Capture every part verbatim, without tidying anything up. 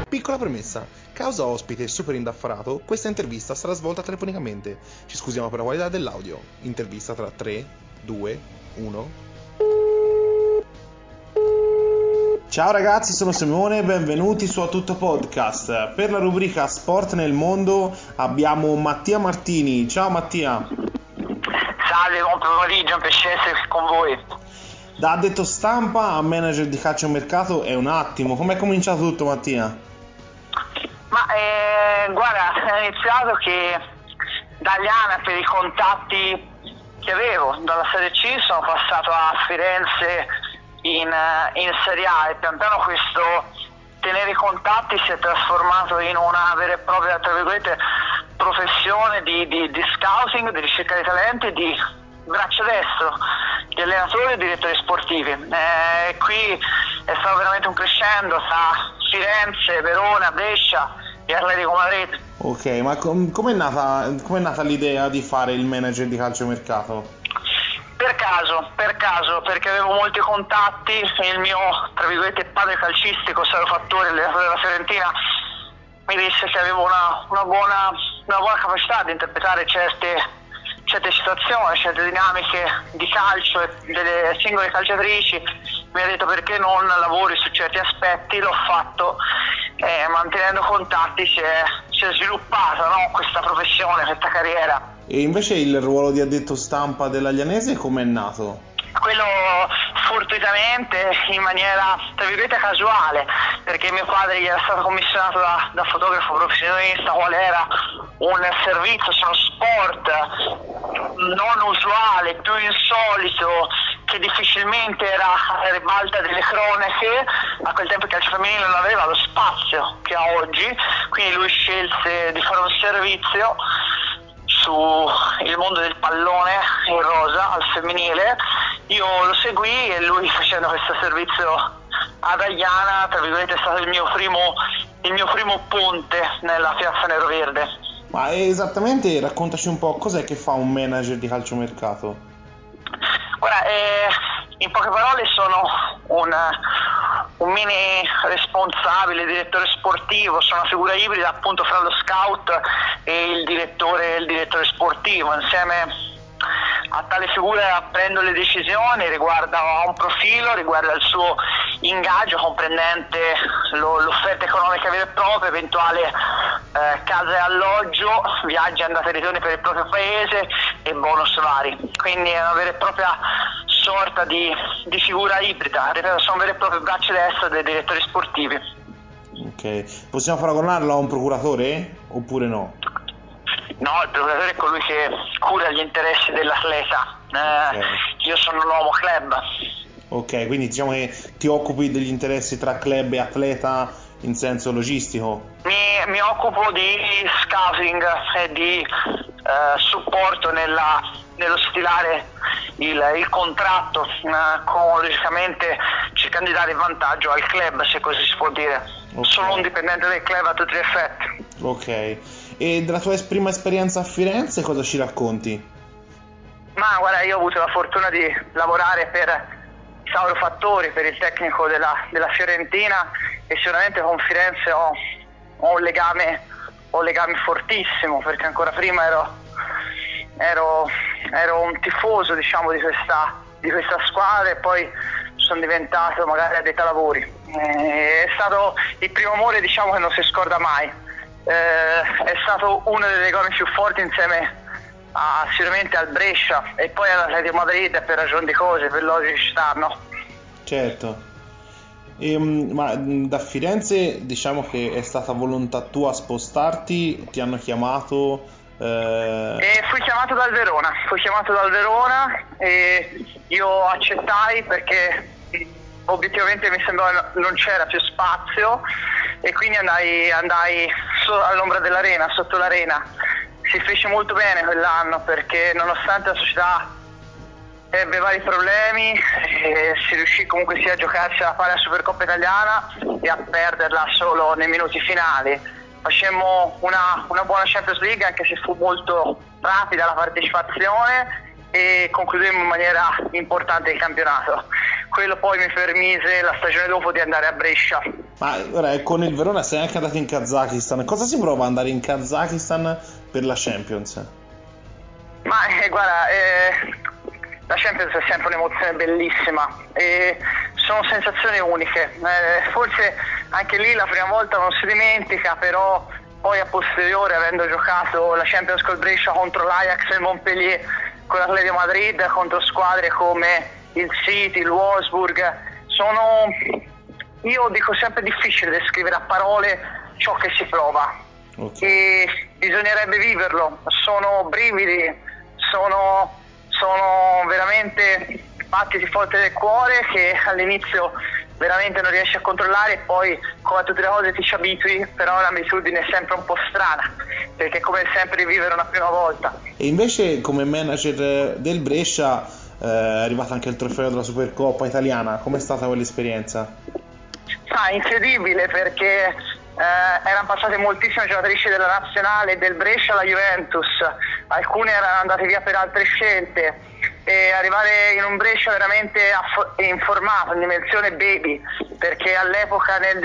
Piccola premessa, causa ospite super indaffarato, questa intervista sarà svolta telefonicamente. Ci scusiamo per la qualità dell'audio. Intervista tra tre, due, uno. Ciao ragazzi, sono Simone e benvenuti su A Tutto Podcast. Per la rubrica Sport nel mondo abbiamo Mattia Martini. Ciao Mattia. Salve, buon pomeriggio, è un piacere essere con voi. Da addetto stampa a manager di calciomercato è un attimo. Com'è cominciato tutto, Mattia? Ma eh, guarda, è iniziato che dagli ANA per i contatti che avevo dalla Serie C sono passato a Firenze in, in Serie A e pian piano questo tenere i contatti si è trasformato in una vera e propria, tra virgolette, professione di, di, di scouting, di ricerca di talenti, di braccio destro di allenatori e direttori sportivi. Eh, qui è stato veramente un crescendo tra Firenze, Verona, Brescia e Atletico Madrid. Ok, ma com- com'è nata, com'è nata l'idea di fare il manager di calciomercato? Per caso, per caso, perché avevo molti contatti, il mio, tra virgolette, padre calcistico, Saro Fattori, allenatore della Fiorentina, mi disse che avevo una, una, buona, una buona capacità di interpretare certe certe situazioni, certe dinamiche di calcio e delle singole calciatrici. Mi ha detto perché non lavori su certi aspetti, l'ho fatto e eh, mantenendo contatti si è, si è sviluppata, no? Questa professione, questa carriera. E invece il ruolo di addetto stampa dell'Aglianese com'è nato? Quello fortuitamente, in maniera tra virgolette casuale, perché mio padre gli era stato commissionato da, da fotografo professionista qual era un servizio sullo sport non usuale, più insolito, che difficilmente era alla ribalta delle cronache. A quel tempo il calcio femminile non aveva lo spazio che ha oggi, quindi lui scelse di fare un servizio su il mondo del pallone in rosa al femminile. Io lo seguì e lui, facendo questo servizio ad Agliana, tra virgolette, è stato il mio primo il mio primo ponte nella piazza Neroverde. Ma esattamente, raccontaci un po' cos'è che fa un manager di calciomercato? Guarda, eh, in poche parole sono un, un mini responsabile, direttore sportivo, sono una figura ibrida appunto fra lo scout e il direttore, il direttore sportivo. Insieme a tale figura prendo le decisioni riguardo a un profilo, riguardo al suo ingaggio comprendente lo, l'offerta economica vera e propria, eventuale eh, casa e alloggio, viaggi, andate e ritorni per il proprio paese e bonus vari. Quindi è una vera e propria sorta di, di figura ibrida, ripeto, sono veri e propri braccia destra dei direttori sportivi. Ok, possiamo paragonarlo a un procuratore oppure no? No, il procuratore è colui che cura gli interessi dell'atleta, eh, Okay. Io sono un uomo club. Ok, quindi diciamo che ti occupi degli interessi tra club e atleta in senso logistico? Mi, mi occupo di scouting e di eh, supporto nella, nello stilare il, il contratto, eh, con, logicamente cercando di dare vantaggio al club, se così si può dire. Ok. Sono un dipendente del club a tutti gli effetti. Ok, e della tua prima esperienza a Firenze cosa ci racconti? Ma guarda, io ho avuto la fortuna di lavorare per Sauro Fattori, per il tecnico della, della Fiorentina, e sicuramente con Firenze ho, ho, un legame, ho un legame fortissimo, perché ancora prima ero, ero, ero un tifoso, diciamo, di questa, di questa squadra, e poi sono diventato magari addetto ai lavori. Eh, è stato il primo amore, diciamo, che non si scorda mai. Eh, è stato uno dei legami più forti insieme a, sicuramente al Brescia e poi all'Atletico Madrid, per ragioni di cose, per logicità, no? Certo. E, ma da Firenze diciamo che è stata volontà tua spostarti, ti hanno chiamato? Eh... E fui chiamato dal Verona, fui chiamato dal Verona e io accettai perché obiettivamente mi sembrava non c'era più spazio, e quindi andai, andai all'ombra dell'arena, sotto l'arena. Si fece molto bene quell'anno perché nonostante la società ebbe vari problemi, e si riuscì comunque sia a giocarsi la palla Supercoppa italiana e a perderla solo nei minuti finali. Facemmo una, una buona Champions League, anche se fu molto rapida la partecipazione, e concludemmo in maniera importante il campionato. Quello poi mi permise la stagione dopo di andare a Brescia Ma ora con il Verona sei anche andato in Kazakistan. Cosa si prova ad andare in Kazakistan per la Champions? Ma eh, guarda, eh, la Champions è sempre un'emozione bellissima e sono sensazioni uniche. Eh, forse anche lì la prima volta non si dimentica, però poi a posteriore, avendo giocato la Champions col Brescia contro l'Ajax e il Montpellier, con l'Atletico Madrid, contro squadre come il City, il Wolfsburg, sono, io dico sempre, difficile descrivere a parole ciò che si prova. Okay. E bisognerebbe viverlo, sono brividi, sono, sono veramente battiti forti del cuore che all'inizio veramente non riesci a controllare e poi come a tutte le cose ti ci abitui, però l'abitudine è sempre un po' strana perché è come sempre vivere una prima volta. E invece come manager del Brescia eh, è arrivato anche il trofeo della Supercoppa italiana, com'è stata quell'esperienza? Ah, incredibile, perché eh, erano passate moltissime giocatrici della nazionale del Brescia alla Juventus, alcune erano andate via per altre scelte e arrivare in un Brescia veramente aff- informato, in dimensione baby, perché all'epoca nel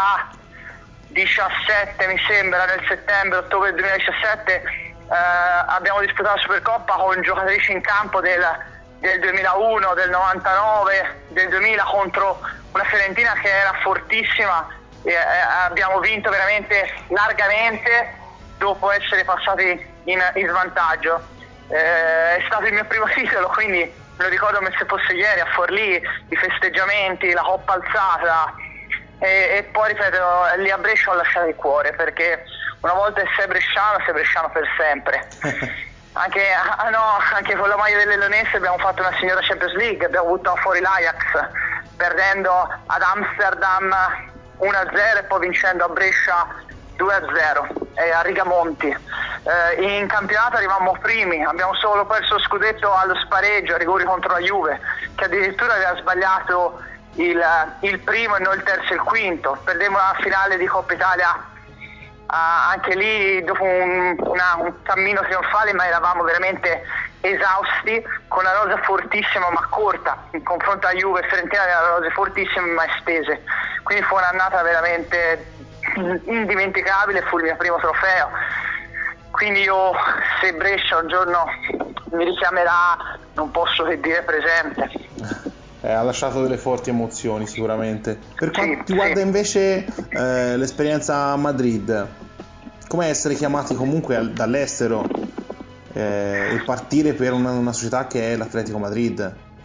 duemiladiciassette mi sembra, nel settembre-ottobre duemiladiciassette eh, abbiamo disputato la Supercoppa con giocatrici in campo del, del duemilauno, del novantanove, del duemila contro una Fiorentina che era fortissima e eh, abbiamo vinto veramente largamente dopo essere passati in, in svantaggio. Eh, è stato il mio primo titolo, quindi me lo ricordo come se fosse ieri a Forlì, i festeggiamenti, la coppa alzata e, e poi ripeto, lì a Brescia ho lasciato il cuore perché una volta che sei bresciano, sei bresciano per sempre. Anche, ah, no, anche con la maglia dell'Elonese abbiamo fatto una signora Champions League, abbiamo buttato fuori l'Ajax perdendo ad Amsterdam uno a zero e poi vincendo a Brescia due a zero eh, a Rigamonti. Eh, in campionato arrivammo primi, abbiamo solo perso lo scudetto allo spareggio a rigori contro la Juve, che addirittura aveva sbagliato il, il primo e non il terzo e il quinto. Perdemmo la finale di Coppa Italia Uh, anche lì dopo un, una, un cammino trionfale, ma eravamo veramente esausti, con una rosa fortissima ma corta in confronto alla Juve. Fiorentina aveva rose fortissime ma estese, quindi fu un'annata veramente indimenticabile, fu il mio primo trofeo, quindi io, se Brescia un giorno mi richiamerà, non posso che dire presente. Eh, ha lasciato delle forti emozioni sicuramente. Per quanto sì, ti riguarda sì. invece eh, l'esperienza a Madrid, come essere chiamati comunque dall'estero eh, e partire per una, una società che è l'Atletico Madrid?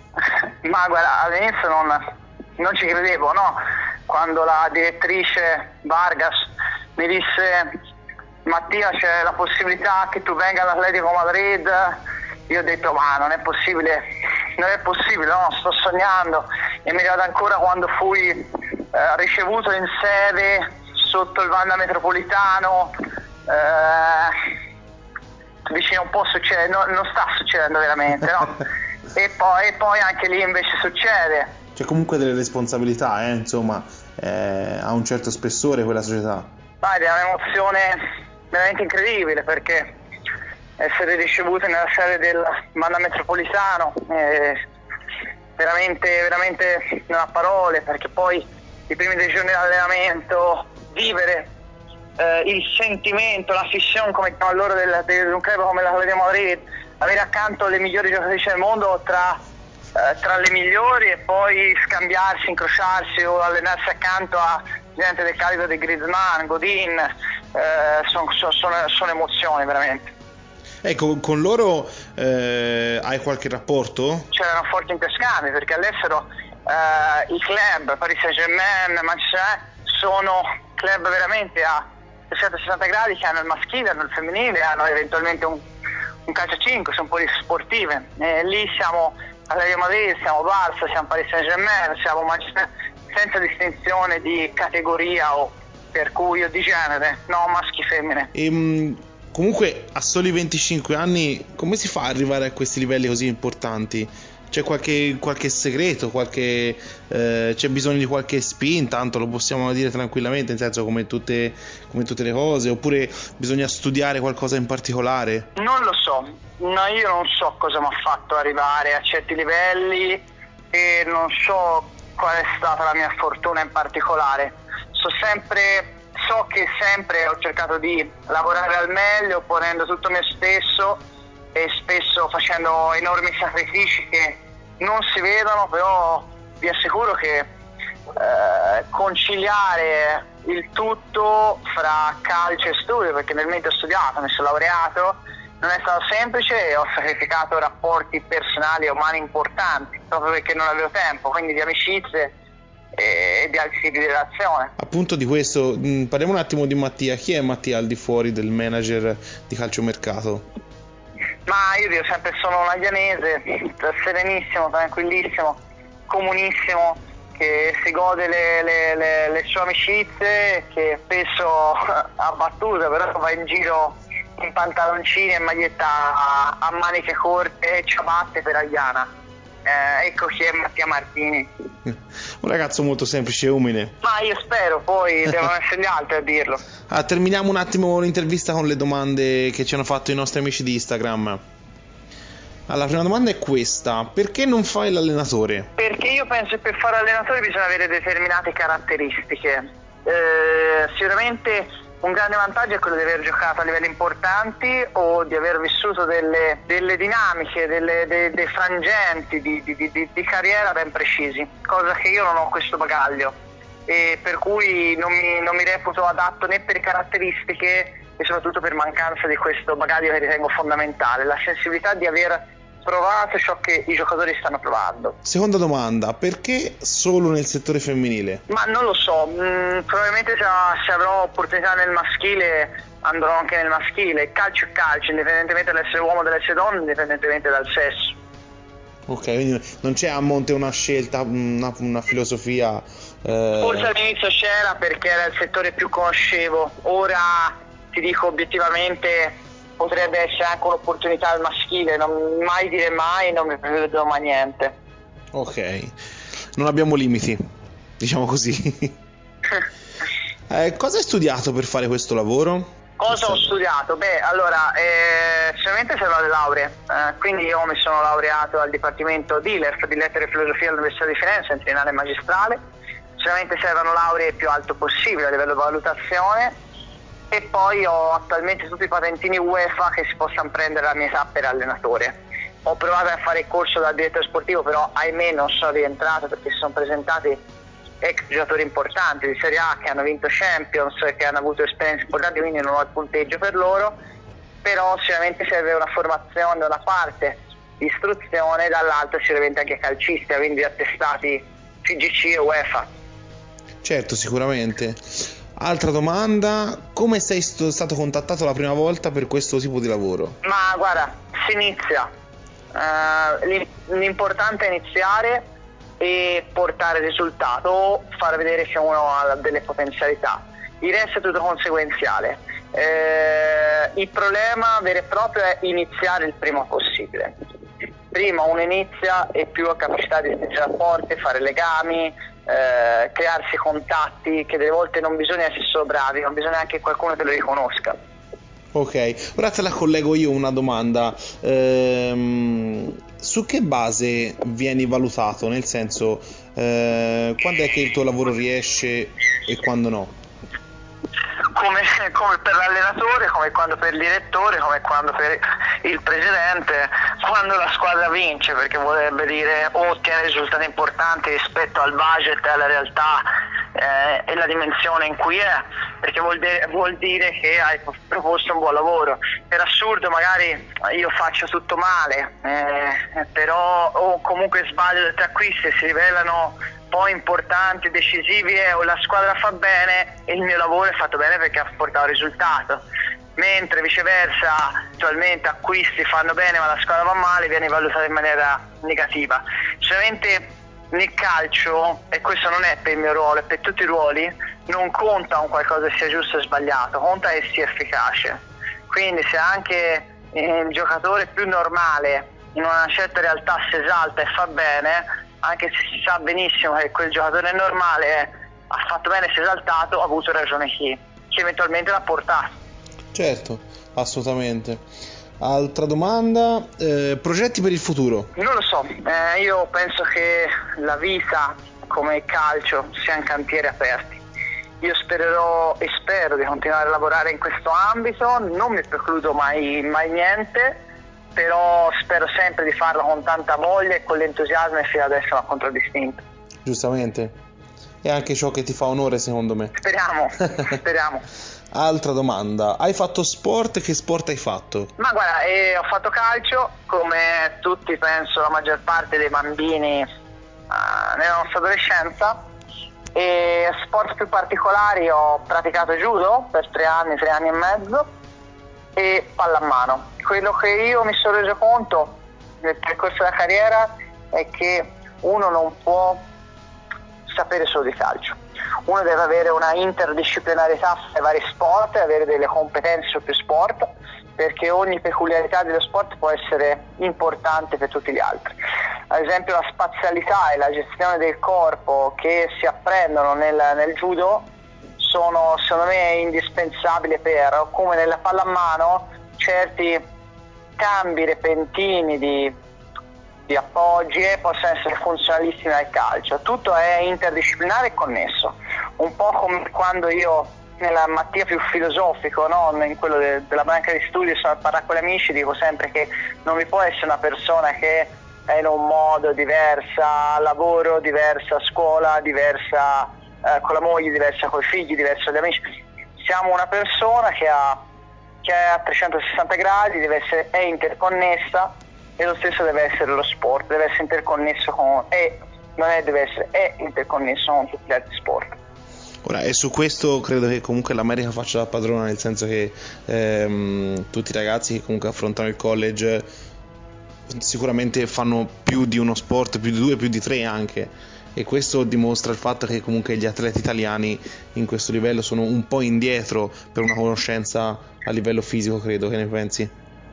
Ma guarda, all'inizio non, non ci credevo, no? Quando la direttrice Vargas mi disse: Mattia, c'è la possibilità che tu venga all'Atletico Madrid, io ho detto ma non è possibile, non è possibile, no, sto sognando. E mi ricordo ancora quando fui eh, ricevuto in sede sotto il Wanda Metropolitano, eh, dici non può succedere, no, non sta succedendo veramente, no? e, poi, e poi anche lì invece succede. C'è comunque delle responsabilità, eh, insomma, eh, ha un certo spessore quella società. Vai, è un'emozione veramente incredibile, perché essere ricevuti nella sede del Wanda Metropolitano è veramente, veramente non ha parole, perché poi i primi dei giorni di allenamento, vivere eh, il sentimento, la fissione, come chiamano loro, del, del, di un club come l'Atletico Madrid, avere accanto le migliori giocatrici del mondo tra, eh, tra le migliori, e poi scambiarsi, incrociarsi o allenarsi accanto a gente del calibro di Griezmann, Godin, eh, sono son, son, son emozioni veramente. Ecco, con loro eh, hai qualche rapporto? C'erano forti interscambi, perché all'estero eh, i club, Paris Saint-Germain, Manchester, sono club veramente a trecentosessanta gradi, che hanno il maschile, hanno il femminile, hanno eventualmente un, un calcio a cinque, sono polisportive. E lì siamo Atletico Madrid, siamo Barça, siamo Paris Saint-Germain, siamo Manchester, senza distinzione di categoria o per cui o di genere, no, maschi femmine. E, comunque a soli venticinque anni come si fa ad arrivare a questi livelli così importanti? C'è qualche, qualche segreto, qualche, eh, c'è bisogno di qualche spin, tanto lo possiamo dire tranquillamente, nel senso come tutte, come tutte le cose, oppure bisogna studiare qualcosa in particolare? Non lo so, no, io non so cosa mi ha fatto arrivare a certi livelli e non so qual è stata la mia fortuna in particolare. so sempre, so che sempre ho cercato di lavorare al meglio, ponendo tutto me stesso e spesso facendo enormi sacrifici che non si vedono, però vi assicuro che eh, conciliare il tutto fra calcio e studio, perché nel mentre ho studiato, mi sono laureato, non è stato semplice e ho sacrificato rapporti personali e umani importanti proprio perché non avevo tempo, quindi di amicizie e di altri tipi di relazione. Appunto di questo, mh, parliamo un attimo di Mattia. Chi è Mattia al di fuori del manager di calciomercato? Ma io dico sempre sono un aglianese, serenissimo, tranquillissimo, comunissimo, che si gode le, le, le, le sue amicizie, che spesso a battuta però va in giro in pantaloncini e maglietta a, a maniche corte e ciabatte per Agliana. Eh, ecco chi è Mattia Martini. Un ragazzo molto semplice e umile. Ma io spero, poi devono essere gli altri a dirlo. Ah, terminiamo un attimo l'intervista con le domande che ci hanno fatto i nostri amici di Instagram. Allora, la prima domanda è questa: perché non fai l'allenatore? Perché io penso che per fare allenatore bisogna avere determinate caratteristiche. Eh, sicuramente un grande vantaggio è quello di aver giocato a livelli importanti o di aver vissuto delle, delle dinamiche, delle, dei, dei frangenti di, di, di, di carriera ben precisi, cosa che io non ho questo bagaglio e per cui non mi, non mi reputo adatto né per caratteristiche e soprattutto per mancanza di questo bagaglio che ritengo fondamentale, la sensibilità di aver provato ciò che i giocatori stanno provando. Seconda domanda: perché solo nel settore femminile? Ma non lo so, mh, probabilmente se, se avrò opportunità nel maschile andrò anche nel maschile. Il calcio è calcio, indipendentemente dall'essere uomo o dall'essere donna, indipendentemente dal sesso. Ok, quindi non c'è a monte una scelta, una, una filosofia. Eh... Forse all'inizio c'era perché era il settore più conoscevo, ora ti dico obiettivamente potrebbe essere anche un'opportunità al maschile, non mai dire mai, non mi prevedo mai niente. Ok, non abbiamo limiti, diciamo così. eh, cosa hai studiato per fare questo lavoro? Cosa ho studiato? Beh, allora, eh, sicuramente servono le lauree, eh, quindi io mi sono laureato al Dipartimento D I L E F, di Lettere e Filosofia all'Università di Firenze, in triennale magistrale. Sicuramente servono lauree più alto possibile a livello di valutazione e poi ho attualmente tutti i patentini UEFA che si possano prendere alla mia età per allenatore. Ho provato a fare il corso da direttore sportivo, però ahimè non sono rientrato perché si sono presentati ex giocatori importanti di Serie A che hanno vinto Champions, che hanno avuto esperienze importanti, quindi non ho il punteggio per loro, però sicuramente serve una formazione da una parte di istruzione e dall'altra sicuramente anche calcistica, quindi attestati F I G C e UEFA. Certo, sicuramente. Altra domanda: come sei stato contattato la prima volta per questo tipo di lavoro? Ma guarda, si inizia, uh, l'importante è iniziare e portare risultato, far vedere che uno ha delle potenzialità, il resto è tutto conseguenziale. Eh, il problema vero e proprio è iniziare il prima possibile. Prima uno inizia e più ha capacità di stringere rapporti, fare legami, eh, crearsi contatti, che delle volte non bisogna essere solo bravi, ma bisogna anche qualcuno che lo riconosca. Ok, ora te la collego io una domanda. Ehm, su che base vieni valutato? Nel senso, eh, quando è che il tuo lavoro riesce e quando no? Come, come per l'allenatore, come quando per il direttore, come quando per il presidente, quando la squadra vince, perché vorrebbe dire o ottiene risultati importanti rispetto al budget e alla realtà eh, e la dimensione in cui è, perché vuol dire, vuol dire che hai proposto un buon lavoro. Per assurdo magari io faccio tutto male, eh, però o comunque sbaglio dei tre acquisti e si rivelano poi importanti, decisivi e o la squadra fa bene e il mio lavoro è fatto bene perché ha portato risultato, mentre viceversa attualmente acquisti fanno bene ma la squadra va male, viene valutato in maniera negativa. Solamente nel calcio, e questo non è per il mio ruolo, è per tutti i ruoli, non conta un qualcosa che sia giusto o sbagliato, conta che sia efficace. Quindi se anche il giocatore più normale in una certa realtà si esalta e fa bene, anche se si sa benissimo che quel giocatore normale ha fatto bene e si è esaltato, ha avuto ragione chi, chi eventualmente l'ha portato. Certo, assolutamente. Altra domanda, eh, progetti per il futuro? Non lo so, eh, io penso che la vita come il calcio siano cantieri aperti io spererò e spero di continuare a lavorare in questo ambito, non mi precludo mai, mai niente, però spero sempre di farlo con tanta voglia e con l'entusiasmo e fino adesso non ha contraddistinto. Giustamente, è anche ciò che ti fa onore secondo me. Speriamo, speriamo. Altra domanda, hai fatto sport? Che sport hai fatto? Ma guarda, eh, ho fatto calcio, come tutti penso la maggior parte dei bambini uh, nella nostra adolescenza, e sport più particolari ho praticato judo per tre anni, tre anni e mezzo, e pallamano. Quello che io mi sono reso conto nel percorso della carriera è che uno non può sapere solo di calcio, uno deve avere una interdisciplinarietà fra i vari sport e avere delle competenze su più sport, perché ogni peculiarità dello sport può essere importante per tutti gli altri. Ad esempio la spazialità e la gestione del corpo che si apprendono nel, nel judo sono secondo me indispensabili per, come nella pallamano, certi cambi repentini di, di appoggi possono essere funzionalissimi al calcio. Tutto è interdisciplinare e connesso, un po' come quando io nella mattia più filosofico, no? In quello de- della banca di studi, sono a parlare con gli amici, dico sempre che non vi può essere una persona che è in un modo diversa a lavoro, diversa a scuola, diversa eh, con la moglie, diversa con i figli, diversa con gli amici. Siamo una persona che ha che è a trecentosessanta gradi, deve essere, è interconnessa, e lo stesso deve essere lo sport, deve essere interconnesso con, è, non è deve essere, è interconnesso con tutti gli altri sport. Ora, e su questo credo che comunque l'America faccia da padrona, nel senso che ehm, tutti i ragazzi che comunque affrontano il college sicuramente fanno più di uno sport, più di due, più di tre anche, e questo dimostra il fatto che comunque gli atleti italiani in questo livello sono un po' indietro per una conoscenza a livello fisico, credo. Che ne pensi?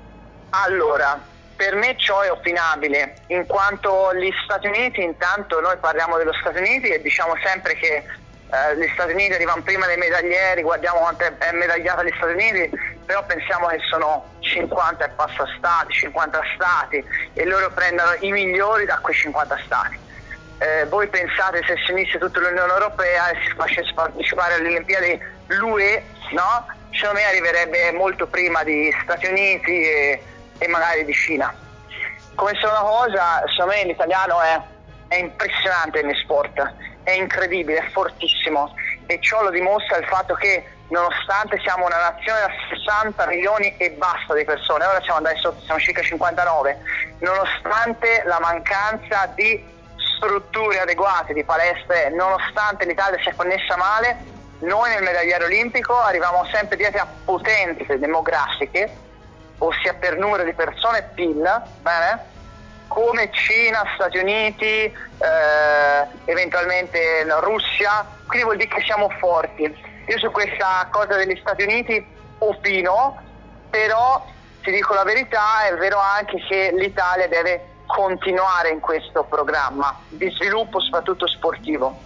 Allora, per me ciò è opinabile, in quanto gli Stati Uniti, intanto noi parliamo dello Stati Uniti e diciamo sempre che eh, gli Stati Uniti arrivano prima dei medaglieri, guardiamo quanto è, è medagliata gli Stati Uniti, però pensiamo che sono cinquanta e passa stati, cinquanta stati, e loro prendono i migliori da quei cinquanta stati. Eh, voi pensate se si unisse tutta l'Unione Europea e si facesse partecipare alle Olimpiadi l'U E, no? Secondo me arriverebbe molto prima di Stati Uniti e, e magari di Cina. Come seconda cosa, secondo me l'italiano è, è impressionante negli sport, è incredibile, è fortissimo, e ciò lo dimostra il fatto che nonostante siamo una nazione da sessanta milioni e basta di persone, ora siamo andati sotto, siamo circa cinquantanove, nonostante la mancanza di strutture adeguate, di palestre, nonostante l'Italia sia connessa male, noi nel medagliere olimpico arriviamo sempre dietro a potenze demografiche, ossia per numero di persone e P I L, bene? Come Cina, Stati Uniti, eh, eventualmente la Russia, quindi vuol dire che siamo forti. Io su questa cosa degli Stati Uniti opino, però ti dico la verità, è vero anche che l'Italia deve continuare in questo programma di sviluppo soprattutto sportivo.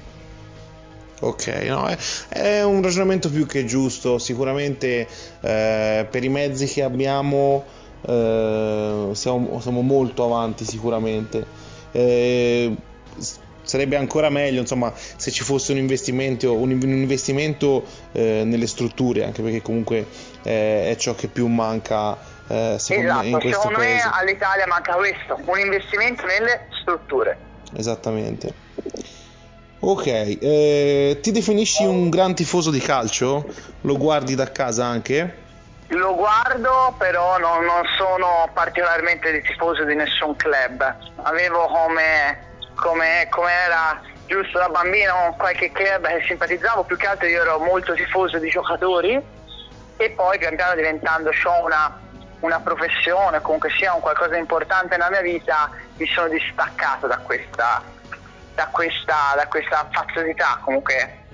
Ok, no, è, è un ragionamento più che giusto. Sicuramente eh, per i mezzi che abbiamo eh, siamo, siamo molto avanti sicuramente. Eh, sarebbe ancora meglio, insomma, se ci fosse un investimento, un, un investimento eh, nelle strutture, anche perché comunque eh, è ciò che più manca eh, secondo esatto, me in questo secondo paese. me all'Italia manca questo, un investimento nelle strutture. Esattamente. Ok, eh, ti definisci un gran tifoso di calcio? Lo guardi da casa anche? Lo guardo, però non, non sono particolarmente di tifoso di nessun club. Avevo come, come, come era giusto da bambino qualche club che simpatizzavo, più che altro io ero molto tifoso di giocatori, e poi pian piano diventando ho una, una professione, comunque sia un qualcosa di importante nella mia vita, mi sono distaccato da questa, da questa, da questa faziosità, comunque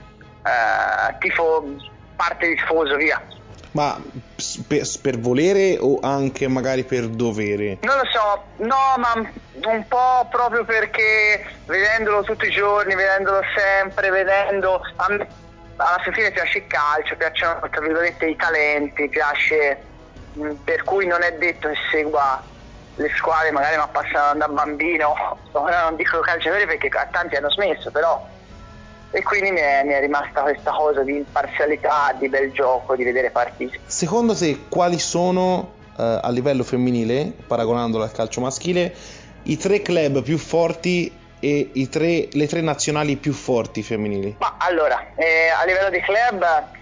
eh, tifo, parte di tifoso, via. Ma per, per volere o anche magari per dovere? Non lo so, no, ma un po' proprio perché vedendolo tutti i giorni, vedendolo sempre, vedendo, a me, alla fine piace il calcio, piacciono tra virgolette i talenti, piace, per cui non è detto che segua le squadre magari mi appassano da bambino, ora non dico calciatori perché tanti hanno smesso, però e quindi mi è, mi è rimasta questa cosa di imparzialità, di bel gioco, di vedere partite. Secondo te quali sono eh, a livello femminile, paragonandolo al calcio maschile, i tre club più forti e i tre, le tre nazionali più forti femminili? Ma allora, eh, a livello di club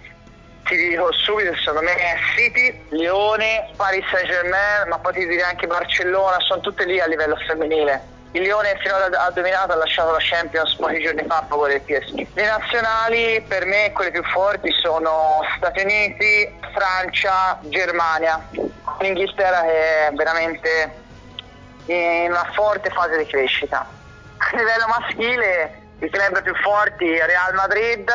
ti dico subito, secondo me è City, Lione, Paris Saint-Germain, ma poi ti direi anche Barcellona, sono tutte lì a livello femminile. Il Lione finora ha dominato, ha lasciato la Champions pochi giorni fa a favore del P S G. Le nazionali per me quelle più forti sono Stati Uniti, Francia, Germania. L'Inghilterra che è veramente in una forte fase di crescita. A livello maschile i club più forti Real Madrid,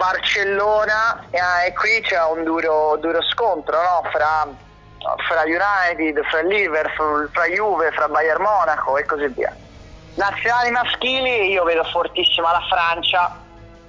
Barcellona e, e qui c'è un duro, duro scontro, no? fra, fra United, fra Liverpool, fra Juve, fra Bayern Monaco e così via. Nazionali maschili io vedo fortissima la Francia,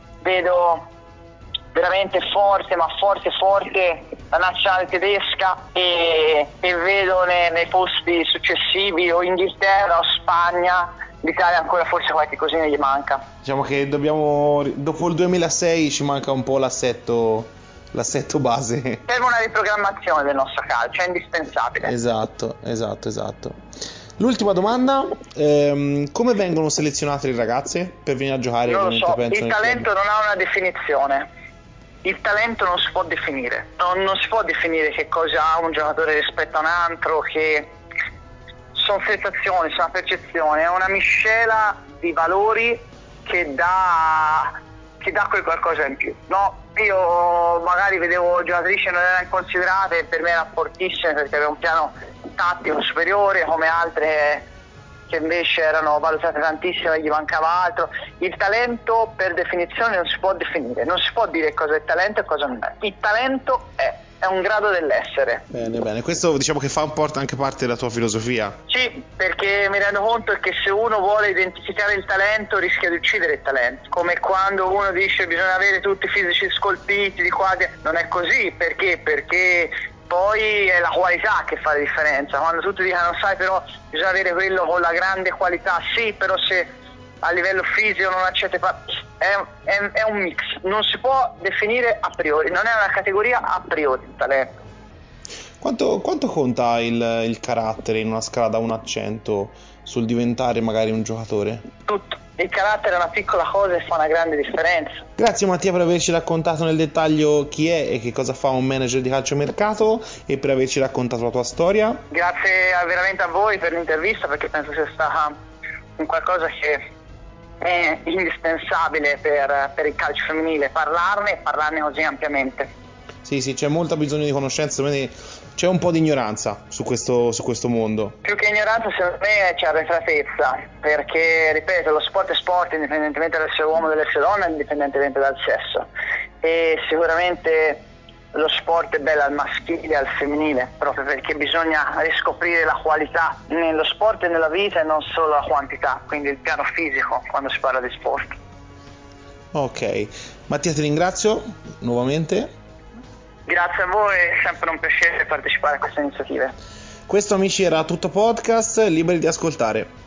vedo veramente forte, ma forte forte la nazionale tedesca e, e vedo nei, nei posti successivi o Inghilterra o Spagna. L'Italia ancora forse qualche cosina gli manca. Diciamo che dobbiamo, dopo il duemilasei ci manca un po' l'assetto, l'assetto base. Serve una riprogrammazione del nostro calcio, è indispensabile. Esatto, esatto, esatto. L'ultima domanda, ehm, come vengono selezionate le ragazze per venire a giocare? Non lo so, penso, il talento non ha una definizione. Il talento non si può definire. Non, non si può definire che cosa ha un giocatore rispetto a un altro, che sono sensazioni, sono percezioni, è una miscela di valori che dà, che dà quel qualcosa in più. No, io magari vedevo giocatrici che non erano considerate, per me erano fortissime perché aveva un piano tattico superiore, come altre che invece erano valutate tantissimo e gli mancava altro. Il talento per definizione non si può definire, non si può dire cosa è talento e cosa non è. Il talento è, è un grado dell'essere. Bene, bene, questo diciamo che fa un po' anche parte della tua filosofia. Sì, perché mi rendo conto che se uno vuole identificare il talento rischia di uccidere il talento, come quando uno dice bisogna avere tutti i fisici scolpiti di qua, non è così, perché? Perché poi è la qualità che fa la differenza. Quando tutti dicono sai però bisogna avere quello con la grande qualità, sì, però se a livello fisico non accetta, è, è, è un mix, non si può definire a priori, non è una categoria a priori il talento. Quanto, quanto conta il, il carattere in una scala da uno a cento sul diventare magari un giocatore? Tutto. Il carattere è una piccola cosa e fa una grande differenza. Grazie Mattia per averci raccontato nel dettaglio chi è e che cosa fa un manager di calciomercato e per averci raccontato la tua storia. Grazie veramente a voi per l'intervista, perché penso sia stata un qualcosa che è indispensabile per, per il calcio femminile, parlarne e parlarne così ampiamente. Sì, sì, c'è molta bisogno di conoscenza, quindi c'è un po' di ignoranza su questo, su questo mondo. Più che ignoranza secondo me c'è arretratezza, perché ripeto, lo sport è sport indipendentemente dall'essere uomo o dall'essere donna, indipendentemente dal sesso, e sicuramente lo sport è bello al maschile e al femminile, proprio perché bisogna riscoprire la qualità nello sport e nella vita e non solo la quantità, quindi il piano fisico quando si parla di sport. Ok, Mattia ti ringrazio nuovamente. Grazie a voi, è sempre un piacere partecipare a queste iniziative. Questo amici era Tutto Podcast, liberi di ascoltare.